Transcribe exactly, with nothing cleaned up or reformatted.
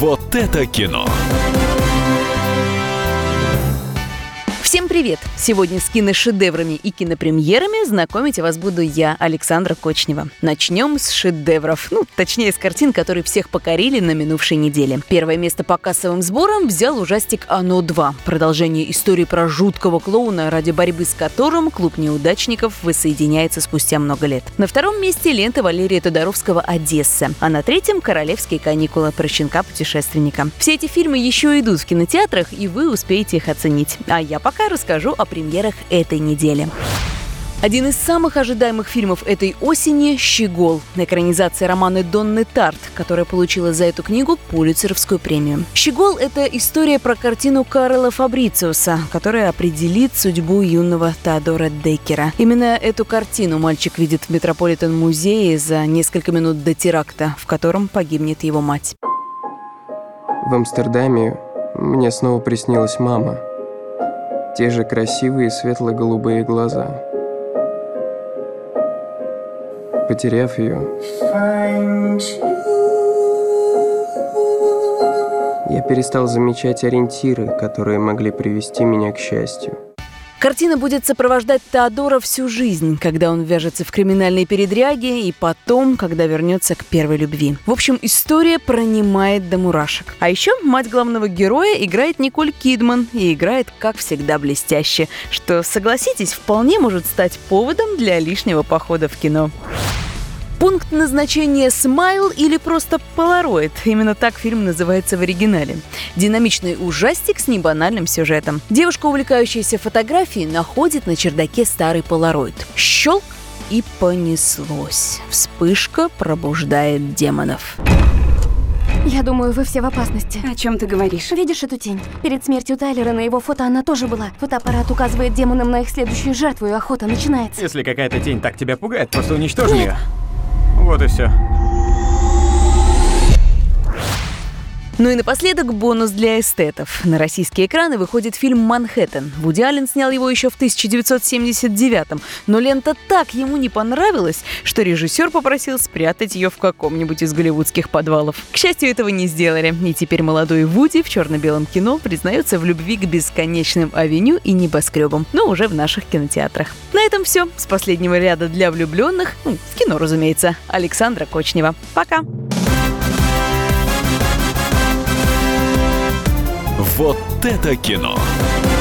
Вот это кино! Всем привет! Сегодня с киношедеврами и кинопремьерами знакомить вас буду я, Александра Кочнева. Начнем с шедевров, ну, точнее, с картин, которые всех покорили на минувшей неделе. Первое место по кассовым сборам взял ужастик «Оно два». Продолжение истории про жуткого клоуна, ради борьбы с которым клуб неудачников воссоединяется спустя много лет. На втором месте лента Валерия Тодоровского «Одесса», а на третьем «Королевские каникулы» про щенка-путешественника. Все эти фильмы еще идут в кинотеатрах, и вы успеете их оценить. А я пока расскажу о премьерах этой недели. Один из самых ожидаемых фильмов этой осени – «Щегол». Экранизация романа Донны Тарт, которая получила за эту книгу Пулитцеровскую премию. «Щегол» – это история про картину Карла Фабрициуса, которая определит судьбу юного Теодора Деккера. Именно эту картину мальчик видит в Метрополитен-музее за несколько минут до теракта, в котором погибнет его мать. В Амстердаме мне снова приснилась мама. Те же красивые светло-голубые глаза. Потеряв ее, я перестал замечать ориентиры, которые могли привести меня к счастью. Картина будет сопровождать Теодора всю жизнь, когда он вяжется в криминальные передряги и потом, когда вернется к первой любви. В общем, история пронимает до мурашек. А еще мать главного героя играет Николь Кидман и играет, как всегда, блестяще, что, согласитесь, вполне может стать поводом для лишнего похода в кино. Пункт назначения «Смайл» или просто «Полароид». Именно так фильм называется в оригинале. Динамичный ужастик с небанальным сюжетом. Девушка, увлекающаяся фотографией, находит на чердаке старый полароид. Щелк, и понеслось. Вспышка пробуждает демонов. Я думаю, вы все в опасности. О чем ты говоришь? Видишь эту тень? Перед смертью Тайлера на его фото она тоже была. Фотоаппарат указывает демонам на их следующую жертву, и охота начинается. Если какая-то тень так тебя пугает, просто уничтожим ее. Вот и все. Ну и напоследок бонус для эстетов. На российские экраны выходит фильм «Манхэттен». Вуди Аллен снял его еще в тысяча девятьсот семьдесят девятом, но лента так ему не понравилась, что режиссер попросил спрятать ее в каком-нибудь из голливудских подвалов. К счастью, этого не сделали, и теперь молодой Вуди в черно-белом кино признается в любви к бесконечным авеню и небоскребам, но уже в наших кинотеатрах. На этом все. С последнего ряда для влюбленных, ну, в кино, разумеется, Александра Кочнева. Пока! Вот это кино!